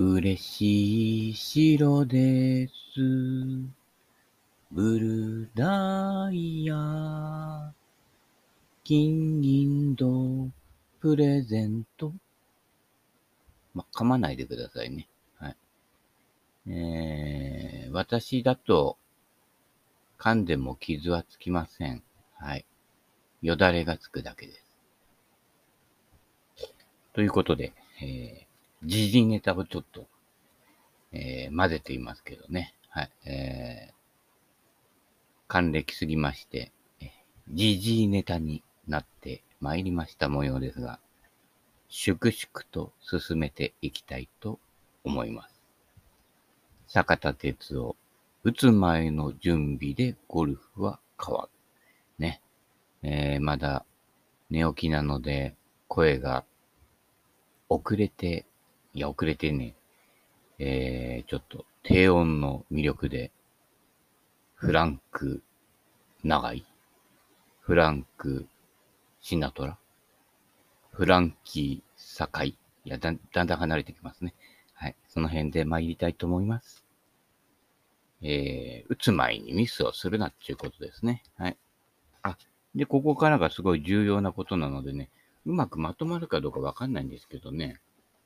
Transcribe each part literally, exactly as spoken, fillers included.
嬉しい白です。ブルダイヤ。金銀銅プレゼント。ま、噛まないでくださいね。はい。えー、私だと噛んでも傷はつきません。はい。よだれがつくだけです。ということで、えー、時事ネタをちょっと、えー、混ぜていますけどね。はい。えー、還暦すぎまして、時事ネタになってまいりました模様ですが、粛々と進めていきたいと思います。坂田哲夫、打つ前の準備でゴルフは変わる。ね。えー、まだ寝起きなので、声が遅れて、いや遅れてね、えー、ちょっと低音の魅力で、フランク長い、フランクシナトラ、フランキー堺、いやだ、だんだん離れてきますね。はい。その辺で参りたいと思います。えー、打つ前にミスをするなっていうことですね。はい。あ、で、ここからがすごい重要なことなのでね、うまくまとまるかどうかわかんないんですけどね、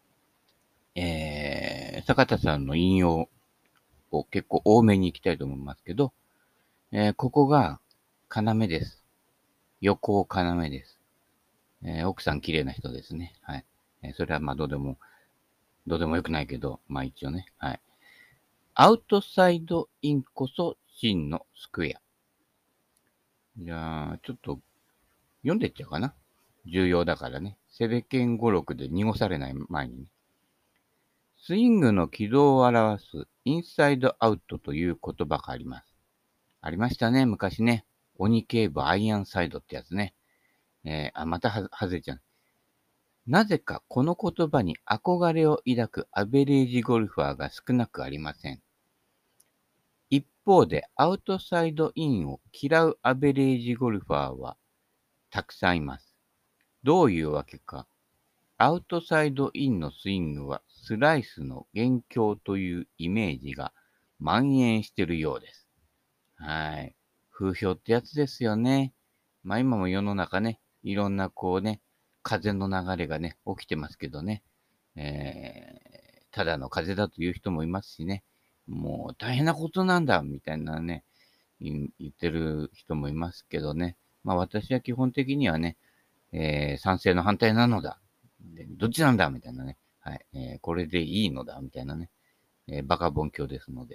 えー、坂田さんの引用を結構多めに行きたいと思いますけど、えー、ここが要です。横要です。えー、奥さん綺麗な人ですね。はい。えー、それはまあどうでも、どうでもよくないけど、まあ一応ね。はい。アウトサイドインこそ真のスクエア。じゃあ、ちょっと読んでっちゃうかな。重要だからね。セベケン語録で濁されない前にね。スイングの軌道を表すインサイドアウトという言葉があります。ありましたね、昔ね。鬼警部アイアンサイドってやつね。えー、あ、または、はずれちゃう。なぜかこの言葉に憧れを抱くアベレージゴルファーが少なくありません。一方でアウトサイドインを嫌うアベレージゴルファーはたくさんいます。どういうわけか、アウトサイドインのスイングはスライスの元凶というイメージが蔓延しているようです。はい。風評ってやつですよね。まあ今も世の中ね、いろんなこうね、風の流れがね、起きてますけどね。えー、ただの風だという人もいますしね。もう大変なことなんだ、みたいなね、言ってる人もいますけどね。まあ私は基本的にはね、えー、賛成の反対なのだ。でどっちなんだみたいなね。はい。えー、これでいいのだみたいなね。えー、バカボン教ですので。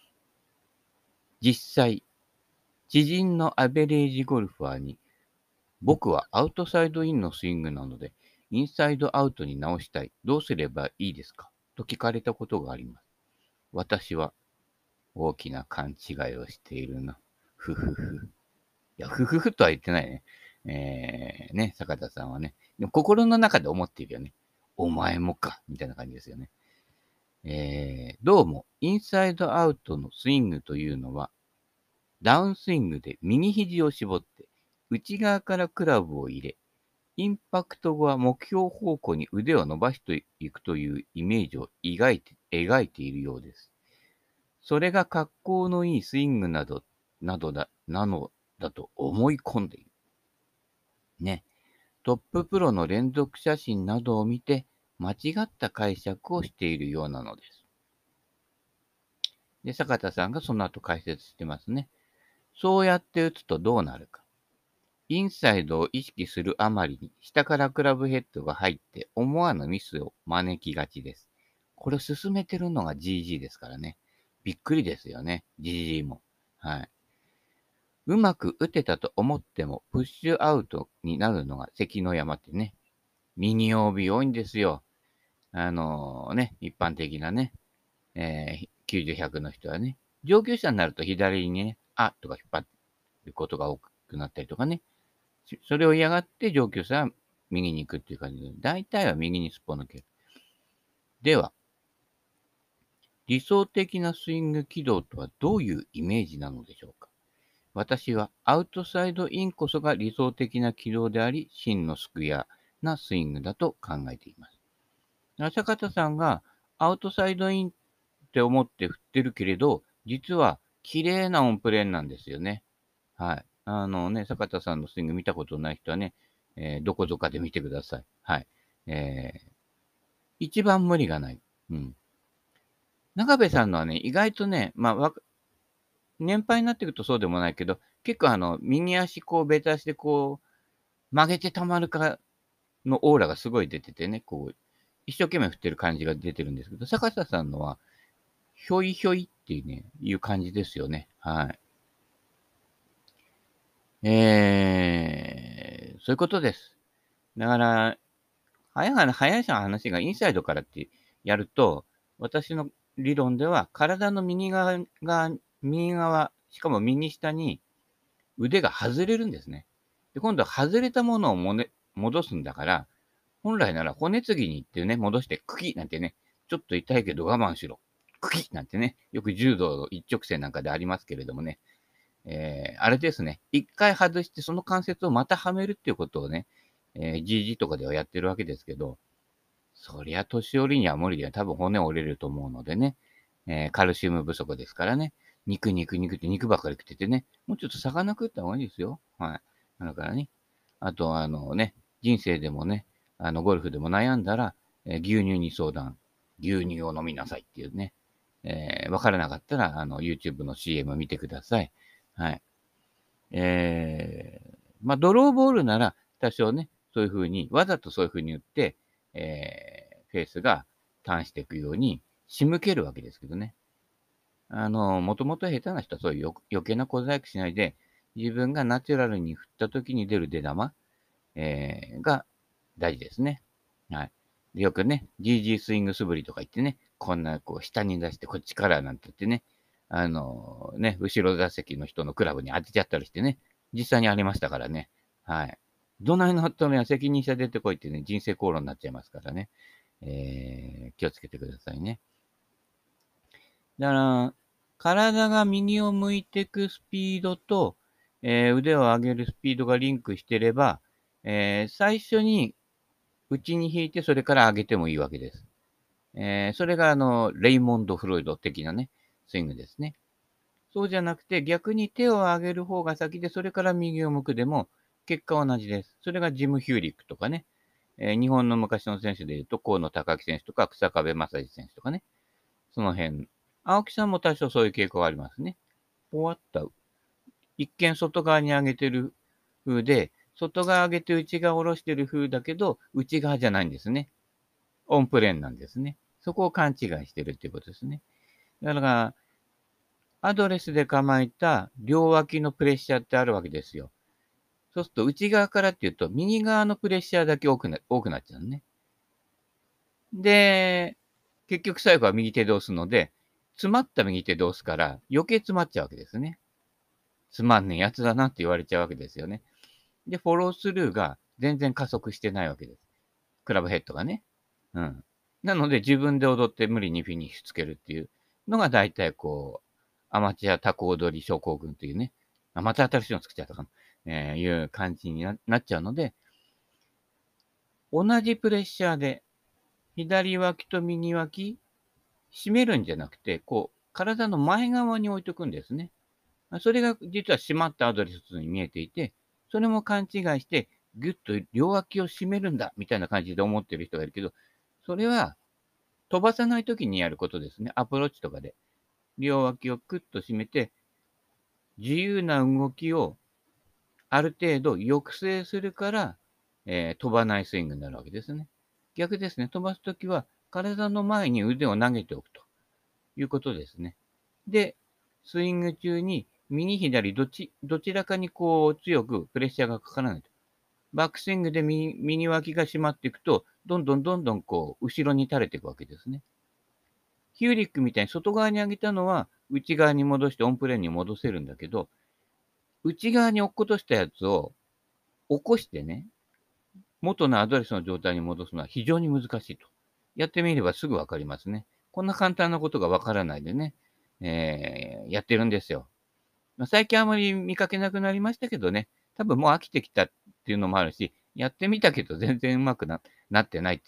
実際、知人のアベレージゴルファーに、僕はアウトサイドインのスイングなので、インサイドアウトに直したい。どうすればいいですかと聞かれたことがあります。私は大きな勘違いをしているな。ふふふ。いや、ふふふとは言ってないね。えー、ね、坂田さんはね。でも心の中で思っているよね。お前もか、みたいな感じですよね。えー、どうも、インサイドアウトのスイングというのは、ダウンスイングで右肘を絞って、内側からクラブを入れ、インパクト後は目標方向に腕を伸ばしていくというイメージを描いて描いているようです。それが格好のいいスイングなど、などだ、なのだと思い込んでいる。ね。トッププロの連続写真などを見て、間違った解釈をしているようなのです。で、坂田さんがその後解説してますね。そうやって打つとどうなるか。インサイドを意識するあまりに、下からクラブヘッドが入って思わぬミスを招きがちです。これを進めてるのが ジージー ですからね。びっくりですよね。ジージー も。はい。うまく打てたと思っても、プッシュアウトになるのが関の山ってね。ミニ オービー 多いんですよ。あのーね、一般的なね、えー、きゅうじゅう、ひゃくの人はね、上級者になると左にね、あとか引っ張ることが多くなったりとかね、それを嫌がって上級者は右に行くっていう感じで、大体は右にすっぽ抜ける。では、理想的なスイング軌道とはどういうイメージなのでしょうか。私はアウトサイドインこそが理想的な軌道であり、真のスクエアなスイングだと考えています。坂田さんがアウトサイドインって思って振ってるけれど、実は綺麗なオンプレーンなんですよね。はい。あのね、坂田さんのスイング見たことない人はね、えーどこぞかで見てください。はい。えー一番無理がない。うん。長部さんのはね、意外とね、まあ、わか年配になってくるとそうでもないけど、結構あの、右足こう、ベタ足でこう、曲げてたまるかのオーラがすごい出ててね、こう、一生懸命振ってる感じが出てるんですけど、坂田さんのは、ひょいひょいっていうね、いう感じですよね。はい。えー、そういうことです。だから、早い話早い話がインサイドからってやると、私の理論では、体の右側が右側、しかも右下に腕が外れるんですね。で、今度は外れたものをもね戻すんだから、本来なら骨継ぎに行ってね、戻して、茎なんてね、ちょっと痛いけど我慢しろ。茎なんてね、よく柔道一直線なんかでありますけれどもね、えー、あれですね、一回外してその関節をまたはめるっていうことをね、えー、ジージー とかではやってるわけですけど、そりゃ年寄りには無理だよ。多分骨折れると思うのでね、えー、カルシウム不足ですからね、肉肉肉って肉ばっかり食っててね、もうちょっと魚食った方がいいですよ。はい。だからね、あと、あのね、人生でもね、あの、ゴルフでも悩んだら、えー牛乳に相談。牛乳を飲みなさいっていうね。えーわからなかったら、あの、YouTube の シーエム 見てください。はい。えー、まあ、ドローボールなら、多少ね、そういう風に、わざとそういう風に言って、えー、フェースがターンしていくように仕向けるわけですけどね。あの、もともと下手な人はそういうよ余計な小細工しないで、自分がナチュラルに振った時に出る出玉、えーが大事ですね。はい。でよくね、ジージー スイング素振りとか言ってね、こんなこう下に出してこっちからなんて言ってね、あのね、後ろ座席の人のクラブに当てちゃったりしてね、実際にありましたからね。はい。どないなったのや責任者出てこいってね、人生口論になっちゃいますからね。えー、気をつけてくださいね。だから、体が右を向いていくスピードと、えー腕を上げるスピードがリンクしてれば、えー最初に内に引いて、それから上げてもいいわけです。えーそれがあの、レイモンド・フロイド的なね、スイングですね。そうじゃなくて、逆に手を上げる方が先で、それから右を向くでも、結果は同じです。それがジム・ヒューリックとかね、えー日本の昔の選手でいうと、河野隆樹選手とか、草壁正史選手とかね、その辺。青木さんも多少そういう傾向がありますね。終わった。一見外側に上げてる風で、外側上げて内側下ろしてる風だけど、内側じゃないんですね。オンプレーンなんですね。そこを勘違いしてるっていうことですね。だから、アドレスで構えた両脇のプレッシャーってあるわけですよ。そうすると内側からっていうと、右側のプレッシャーだけ多くな多くなっちゃうのね。で、結局最後は右手で押すので、詰まった右手で押すから余計詰まっちゃうわけですね。つまんねえやつだなって言われちゃうわけですよね。で、フォロースルーが全然加速してないわけです。クラブヘッドがね。うん。なので自分で踊って無理にフィニッシュつけるっていうのが大体こう、アマチュアタコ踊り症候群というね、あ、また新しいの作っちゃったかな、えーいう感じにななっちゃうので、同じプレッシャーで左脇と右脇、締めるんじゃなくて、こう、体の前側に置いとくんですね。それが実は締まったアドレスに見えていて、それも勘違いして、ぎゅっと両脇を締めるんだみたいな感じで思ってる人がいるけど、それは飛ばさないときにやることですね。アプローチとかで。両脇をクッと締めて、自由な動きをある程度抑制するから、えー飛ばないスイングになるわけですね。逆ですね。飛ばすときは体の前に腕を投げておくということですね。で、スイング中に右左どちどちらかにこう強くプレッシャーがかからないと。バックスイングで右右脇が締まっていくと、どんどんどんどんこう後ろに垂れていくわけですね。ヒューリックみたいに外側に上げたのは内側に戻してオンプレーンに戻せるんだけど、内側に落っことしたやつを起こしてね、元のアドレスの状態に戻すのは非常に難しいと。やってみればすぐわかりますね。こんな簡単なことがわからないでね、えーやってるんですよ。まあ、最近あまり見かけなくなりましたけどね、多分もう飽きてきたっていうのもあるし、やってみたけど全然うまくななってないっていうね、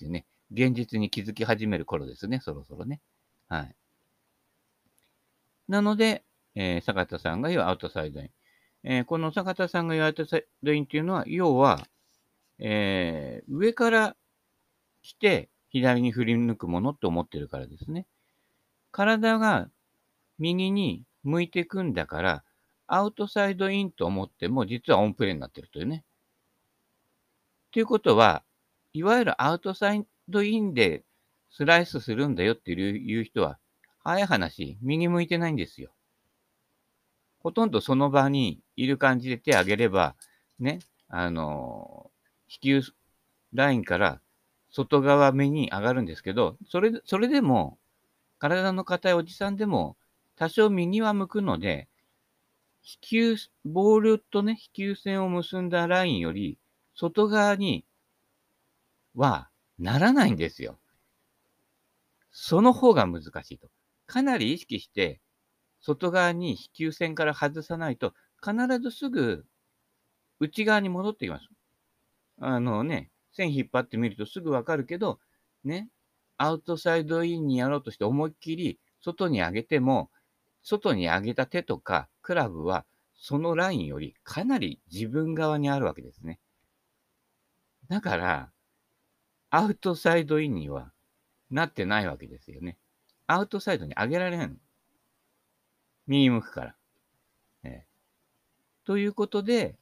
現実に気づき始める頃ですね、そろそろね。はい。なので、えー坂田さんが言うアウトサイドイン。えーこの坂田さんが言うアウトサイドインっていうのは、要は、えー上から来て左に振り抜くものって思ってるからですね。体が右に向いていくんだから、アウトサイドインと思っても、実はオンプレーになってるというね。ということは、いわゆるアウトサイドインでスライスするんだよっていういう人は、早い話、右向いてないんですよ。ほとんどその場にいる感じで手を挙げれば、ね、あの、飛球ラインから外側目に上がるんですけど、それそれでも、体の硬いおじさんでも、多少右は向くので、飛球、ボールとね、飛球線を結んだラインより、外側にはならないんですよ。その方が難しいと。かなり意識して、外側に飛球線から外さないと、必ずすぐ内側に戻ってきます。あのね、線引っ張ってみるとすぐわかるけど、ね、アウトサイドインにやろうとして思いっきり外に上げても、外に上げた手とかクラブは、そのラインよりかなり自分側にあるわけですね。だから、アウトサイドインにはなってないわけですよね。アウトサイドに上げられないの。右向くから。ええということで、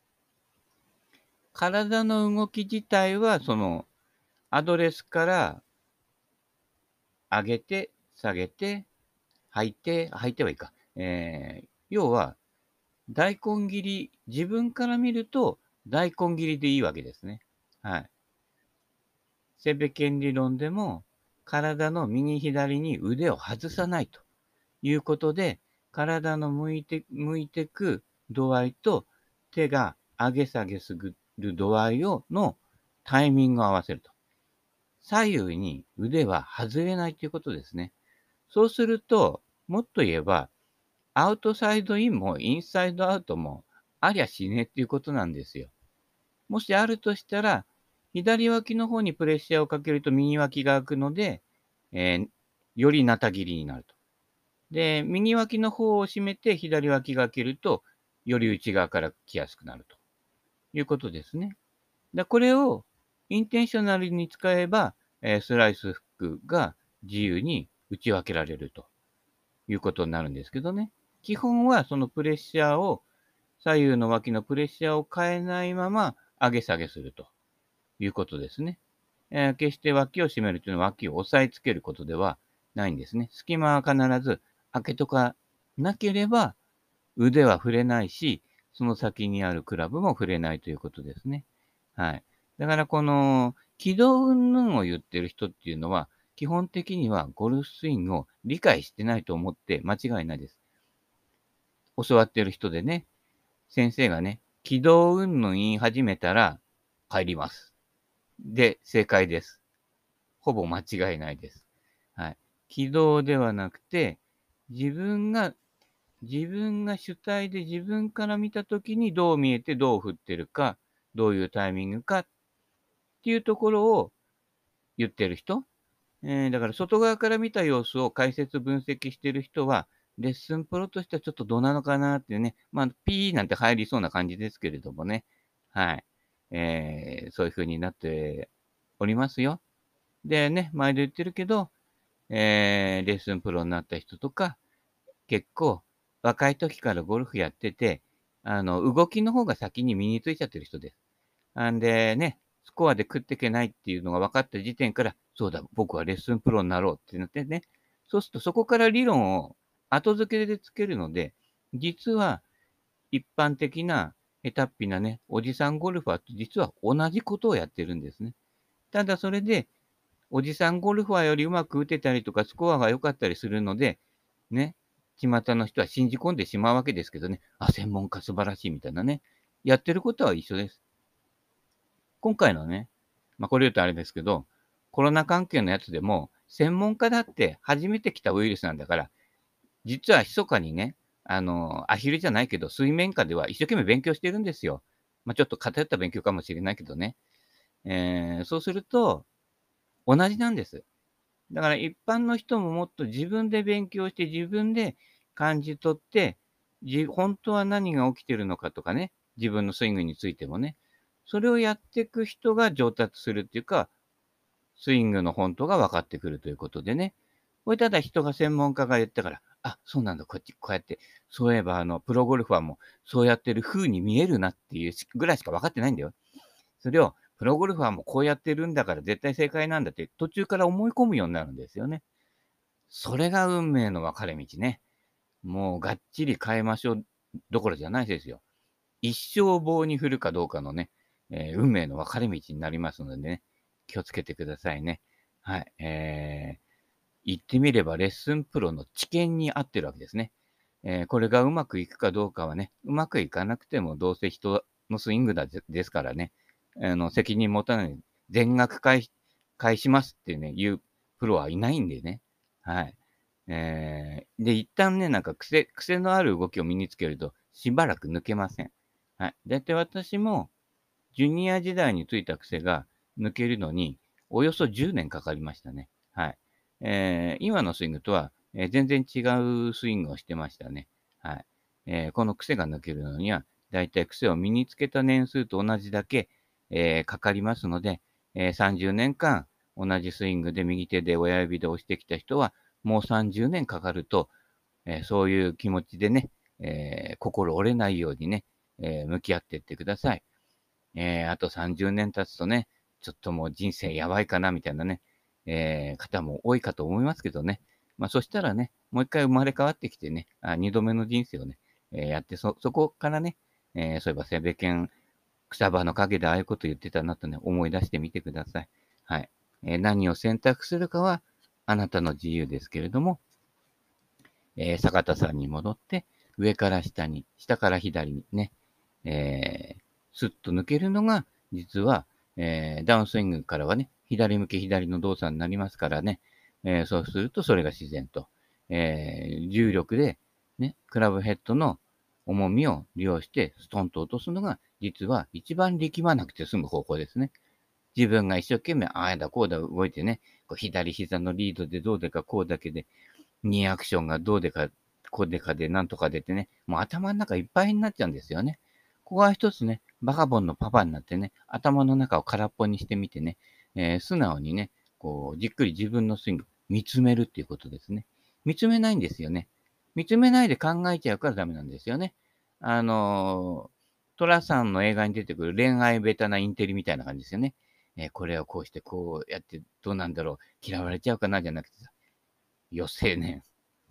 体の動き自体は、その、アドレスから上げて、下げて、履いて、履いてはいいか。えー、要は、大根切り、自分から見ると、大根切りでいいわけですね。はい。セベケン理論でも、体の右左に腕を外さないということで、体の向いて、向いてく度合いと、手が上げ下げする度合いを、のタイミングを合わせると。左右に腕は外れないということですね。そうすると、もっと言えば、アウトサイドインもインサイドアウトもありゃしねえっていうことなんですよ。もしあるとしたら、左脇の方にプレッシャーをかけると右脇が開くので、えーよりなた切りになると。で、右脇の方を締めて左脇が開けると、より内側から来やすくなるということですね。で、これをインテンショナルに使えば、えースライスフックが自由に打ち分けられるということになるんですけどね。基本はそのプレッシャーを、左右の脇のプレッシャーを変えないまま上げ下げするということですね。えー決して脇を締めるというのは脇を押さえつけることではないんですね。隙間は必ず開けとかなければ腕は触れないし、その先にあるクラブも触れないということですね。はい。だからこの軌道云々を言ってる人っていうのは、基本的にはゴルフスイングを理解してないと思って間違いないです。教わってる人でね、先生がね、軌道云々言い始めたら帰ります。で、正解です。ほぼ間違いないです。はい。軌道ではなくて、自分が、自分が主体で自分から見たときにどう見えてどう振ってるか、どういうタイミングかっていうところを言ってる人。えーだから外側から見た様子を解説分析してる人は、レッスンプロとしてはちょっとどうなのかなっていうね、まあ、ピーなんて入りそうな感じですけれどもね。はい。えーそういう風になっておりますよ。でね、毎度言ってるけど、えーレッスンプロになった人とか、結構若い時からゴルフやってて、あの、動きの方が先に身についちゃってる人です。なんでね、スコアで食っていけないっていうのが分かった時点から、そうだ、僕はレッスンプロになろうってなってね、そうするとそこから理論を後付けでつけるので、実は一般的な下手っぴなね、おじさんゴルファーと実は同じことをやってるんですね。ただそれで、おじさんゴルファーよりうまく打てたりとか、スコアが良かったりするので、ね、巷の人は信じ込んでしまうわけですけどね、あ、専門家素晴らしいみたいなね、やってることは一緒です。今回のね、まあ、これ言うとあれですけど、コロナ関係のやつでも、専門家だって初めて来たウイルスなんだから、実は密かにね、あの、アヒルじゃないけど、水面下では一生懸命勉強してるんですよ。まあ、ちょっと偏った勉強かもしれないけどね。えーそうすると、 同じなんです。だから一般の人ももっと自分で勉強して自分で感じ取って、じ本当は何が起きてるのかとかね、自分のスイングについてもね、それをやっていく人が上達するっていうか、スイングの本当が分かってくるということでね。これただ人が専門家が言ったから、あ、そうなんだ、こっち、こうやって、そういえばあの、プロゴルファーもそうやってる風に見えるなっていうしぐらいしか分かってないんだよ。それをプロゴルファーもこうやってるんだから絶対正解なんだって途中から思い込むようになるんですよね。それが運命の分かれ道ね。もうがっちり変えましょうどころじゃないですよ。一生棒に振るかどうかのね、えー運命の分かれ道になりますのでね、気をつけてくださいね。はい。えー、言ってみればレッスンプロの知見に合ってるわけですね。えーこれがうまくいくかどうかはね、うまくいかなくてもどうせ人のスイングだぜですからね、あの、責任持たない、全額返し返しますってね、言うプロはいないんでね。はい。えーで、一旦ね、なんか癖癖のある動きを身につけると、しばらく抜けません。はい。だいたい私も、ジュニア時代についた癖が抜けるのに、およそじゅうねんかかりましたね。はい。えー今のスイングとは、えー全然違うスイングをしてましたね。はい。えーこの癖が抜けるのには、だいたい癖を身につけた年数と同じだけ、えーかかりますので、えーさんじゅうねんかん同じスイングで右手で親指で押してきた人は、もうさんじゅうねんかかると、えーそういう気持ちでね、えー心折れないようにね、えー向き合っていってください。えーあとさんじゅうねん経つとね、ちょっともう人生やばいかなみたいなね、えー方も多いかと思いますけどね。まあ、そしたらね、もう一回生まれ変わってきてね、あ、二度目の人生をね、えーやって、そ、そこからね、えーそういえばセベケン、草葉の陰でああいうこと言ってたなとね、思い出してみてください。はい。えー何を選択するかは、あなたの自由ですけれども、えー坂田さんに戻って、上から下に、下から左にね、えー、スッと抜けるのが、実は、えーダウンスイングからはね、左向き左の動作になりますからね、えーそうするとそれが自然と、えー重力で、ね、クラブヘッドの重みを利用してストンと落とすのが、実は一番力まなくて済む方法ですね。自分が一生懸命、ああだこうだ動いてね、こう左膝のリードでどうでかこうだけで、にアクションがどうでか、こうでかでなんとかでってね、もう頭の中いっぱいになっちゃうんですよね。ここは一つね、バカボンのパパになってね、頭の中を空っぽにしてみてね、えー素直にね、こう、じっくり自分のスイング、見つめるっていうことですね。見つめないんですよね。見つめないで考えちゃうからダメなんですよね。あのートラさんの映画に出てくる恋愛ベタなインテリみたいな感じですよね。えーこれをこうしてこうやってどうなんだろう、嫌われちゃうかなじゃなくてさ、余生ね、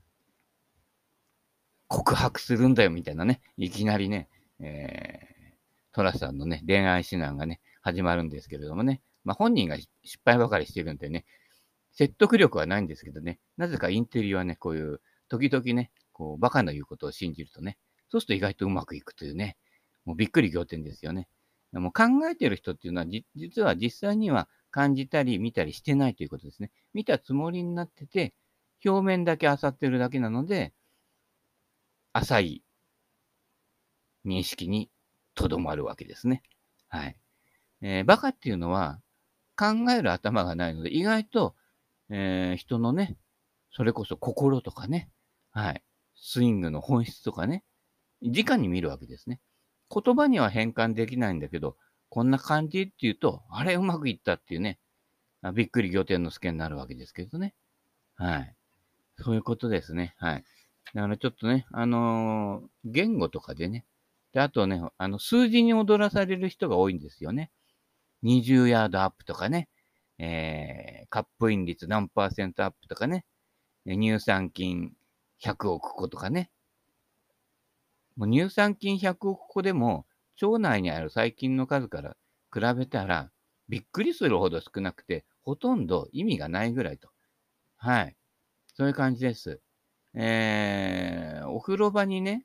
告白するんだよみたいなね、いきなりね、えー、トラさんのね、恋愛指南がね、始まるんですけれどもね、まあ、本人が失敗ばかりしてるんでね、説得力はないんですけどね、なぜかインテリはね、こういう、時々ね、こう、バカの言うことを信じるとね、そうすると意外とうまくいくというね、もうびっくり仰天ですよね。もう考えてる人っていうのは、じ実は実際には感じたり見たりしてないということですね。見たつもりになってて、表面だけ漁ってるだけなので、浅い認識にとどまるわけですね。はい。えーバカっていうのは考える頭がないので、意外と、えー人のね、それこそ心とかね、はい、スイングの本質とかね、直に見るわけですね。言葉には変換できないんだけど、こんな感じっていうと、あれうまくいったっていうね、あびっくり仰天の助になるわけですけどね。はい。そういうことですね。はい。だからちょっとね、あのー言語とかでね、で、あとね、あの、数字に踊らされる人が多いんですよね。にじゅうヤードアップとかね、えー、カップイン率何パーセントアップとかね、乳酸菌ひゃくおく個とかね。もう乳酸菌ひゃくおく個でも、腸内にある細菌の数から比べたら、びっくりするほど少なくて、ほとんど意味がないぐらいと。はい。そういう感じです。えー、お風呂場にね、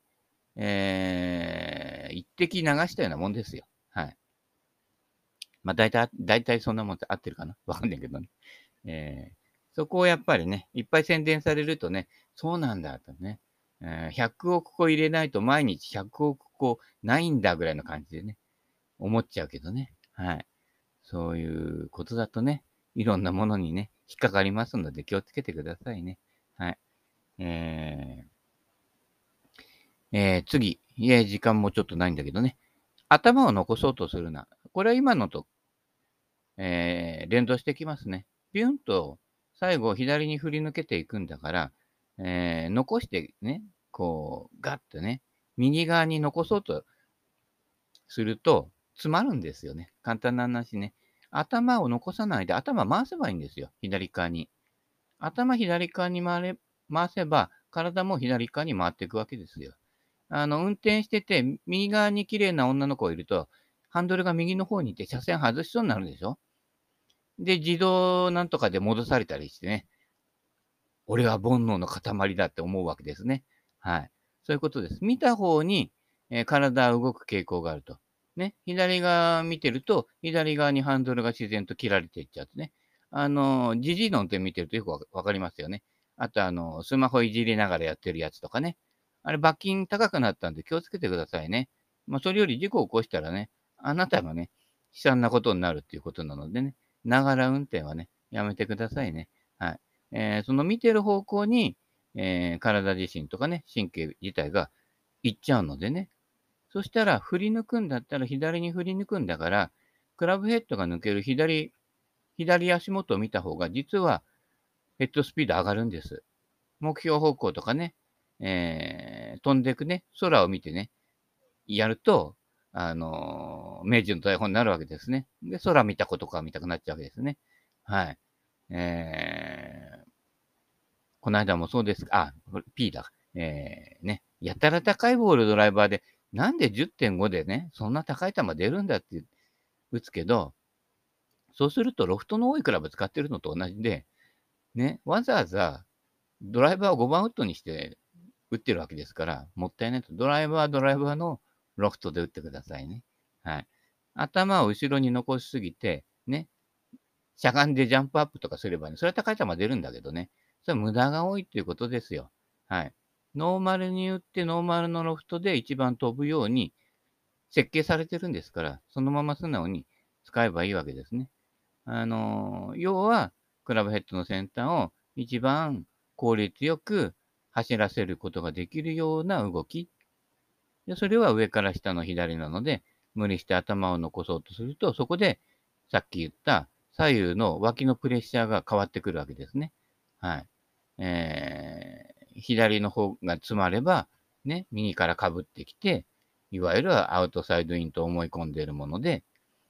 えー、一滴流したようなもんですよ。はい。まあ、大体、大体そんなもんって合ってるかなわかんないけどね。えー、そこをやっぱりね、いっぱい宣伝されるとね、そうなんだとね、えー、ひゃくおく個入れないと毎日ひゃくおく個ないんだぐらいの感じでね、思っちゃうけどね。はい。そういうことだとね、 いろんなものにね、引っかかりますので気をつけてくださいね。はい。えーえー次。いえ、時間もちょっとないんだけどね。頭を残そうとするな。これは今のと、えー連動してきますね。ビュンと最後左に振り抜けていくんだから、えー残してね、こう、ガッとね、右側に残そうとすると、詰まるんですよね。簡単な話ね。頭を残さないで、頭回せばいいんですよ。左側に。頭左側に回れ回せば、体も左側に回っていくわけですよ。あの、運転してて、右側に綺麗な女の子がいると、ハンドルが右の方に行って車線外しそうになるでしょ。で、自動なんとかで戻されたりしてね、俺は煩悩の塊だって思うわけですね。はい。そういうことです。見た方に、えー体が動く傾向があると。ね。左側見てると、左側にハンドルが自然と切られていっちゃってね。あの、じじいの運転見てるとよくわわかりますよね。あと、あの、スマホいじりながらやってるやつとかね。あれ、罰金高くなったんで気をつけてくださいね。まあ、それより事故を起こしたらね、あなたがね、悲惨なことになるっていうことなのでね、ながら運転はね、やめてくださいね。はい。えーその見てる方向に、えー体自身とかね、神経自体が行っちゃうのでね。そしたら、振り抜くんだったら左に振り抜くんだから、クラブヘッドが抜ける左、左足元を見た方が、実はヘッドスピード上がるんです。目標方向とかね、えー飛んでいくね、空を見てね、やると、あのー、命中の台本になるわけですね。で、空見たことか見たくなっちゃうわけですね。はい。えーこの間もそうです。あ、これ P だ。えー、ね。やたら高いボールドライバーで、なんでじゅってんごでね、そんな高い球出るんだって打つけど、そうするとロフトの多いクラブ使ってるのと同じで、ね、わざわざドライバーをごばんウッドにして打ってるわけですから、もったいないと。ドライバーはドライバーのロフトで打ってくださいね。はい。頭を後ろに残しすぎて、ね、しゃがんでジャンプアップとかすればね、それは高い球出るんだけどね、それは無駄が多いっていうことですよ。はい。ノーマルに打って、ノーマルのロフトで一番飛ぶように設計されてるんですから、そのまま素直に使えばいいわけですね。あのー要は、クラブヘッドの先端を一番効率よく走らせることができるような動き。でそれは上から下の左なので、無理して頭を残そうとすると、そこでさっき言った左右の脇のプレッシャーが変わってくるわけですね。はい。えー、左の方が詰まれば、ね、右から被ってきて、いわゆるアウトサイドインと思い込んでいるもので、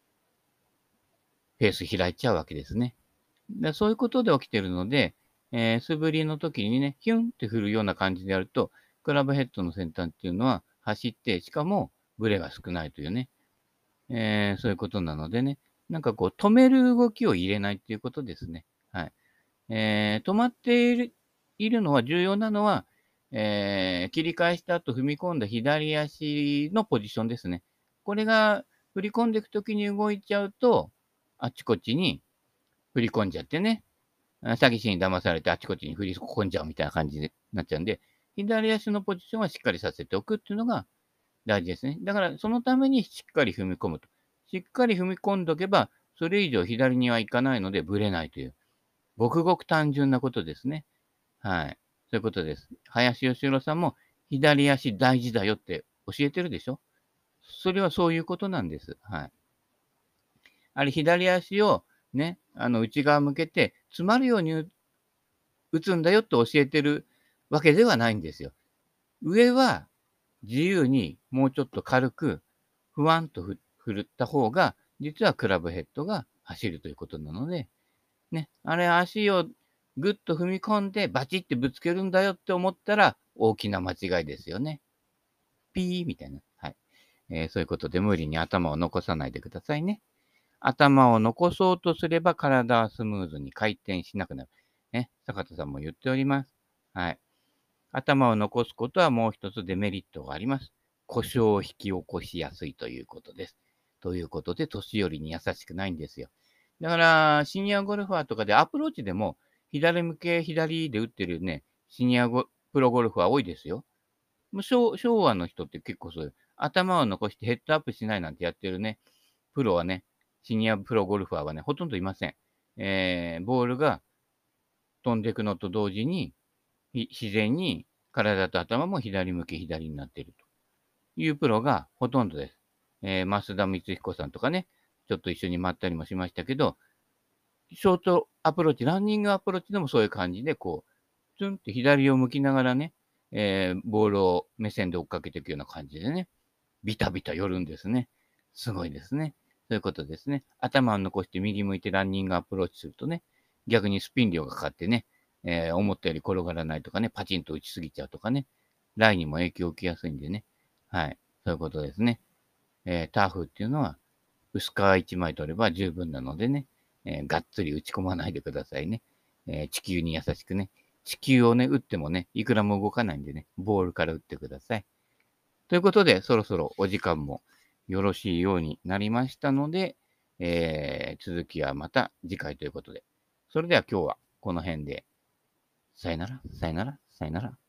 ペース開いちゃうわけですね。でそういうことで起きているので、えー素振りの時にね、ヒュンって振るような感じでやると、クラブヘッドの先端っていうのは走って、しかもブレが少ないというね、えーそういうことなのでね、なんかこう止める動きを入れないっていうことですね。はい。えー止まっているいるのは、重要なのは、えー切り返した後踏み込んだ左足のポジションですね。これが振り込んでいくときに動いちゃうと、あっちこっちに振り込んじゃってね、あ詐欺師に騙されてあっちこっちに振り込んじゃうみたいな感じになっちゃうんで、左足のポジションはしっかりさせておくっていうのが大事ですね。だから、そのためにしっかり踏み込むと。しっかり踏み込んどけば、それ以上左には行かないので、ぶれないという、ごくごく単純なことですね。はい。そういうことです。林義弘さんも、左足大事だよって教えてるでしょ。それはそういうことなんです。はい。あれ、左足をね、あの内側向けて、詰まるように打打つんだよって教えてるわけではないんですよ。上は自由にもうちょっと軽く、ふわんとふ振るった方が、実はクラブヘッドが走るということなので、ね、あれ足をぐっと踏み込んでバチってぶつけるんだよって思ったら、大きな間違いですよね。ピーみたいな。はい。えーそういうことで無理に頭を残さないでくださいね。頭を残そうとすれば体はスムーズに回転しなくなる。ね、坂田さんも言っております。はい。頭を残すことはもう一つデメリットがあります。故障を引き起こしやすいということです。ということで、年寄りに優しくないんですよ。だから、シニアゴルファーとかでアプローチでも、左向け、左で打ってるね、シニアゴプロゴルファー多いですよ。もう昭昭和の人って結構そういう、頭を残してヘッドアップしないなんてやってるね、プロはね、シニアプロゴルファーはね、ほとんどいません。 えーボールが飛んでいくのと同時に、ひ自然に体と頭も左向き、左になっているというプロがほとんどです。えー増田光彦さんとかね、ちょっと一緒に回ったりもしましたけど、ショートアプローチ、ランニングアプローチでもそういう感じで、こう、ツンって左を向きながらね、えーボールを目線で追っかけていくような感じでね、ビタビタ寄るんですね。すごいですね。そういうことですね。頭を残して右向いてランニングアプローチするとね、逆にスピン量がかかってね、えー思ったより転がらないとかね、パチンと打ちすぎちゃうとかね、ラインにも影響を受けやすいんでね。はい。そういうことですね。えーターフっていうのは、薄皮いちまい取れば十分なのでね、えーがっつり打ち込まないでくださいね。えー地球に優しくね。地球をね、打ってもね、いくらも動かないんでね、ボールから打ってください。ということで、そろそろお時間もよろしいようになりましたので、えー続きはまた次回ということで。それでは今日はこの辺で、さよなら、さよなら、さよなら。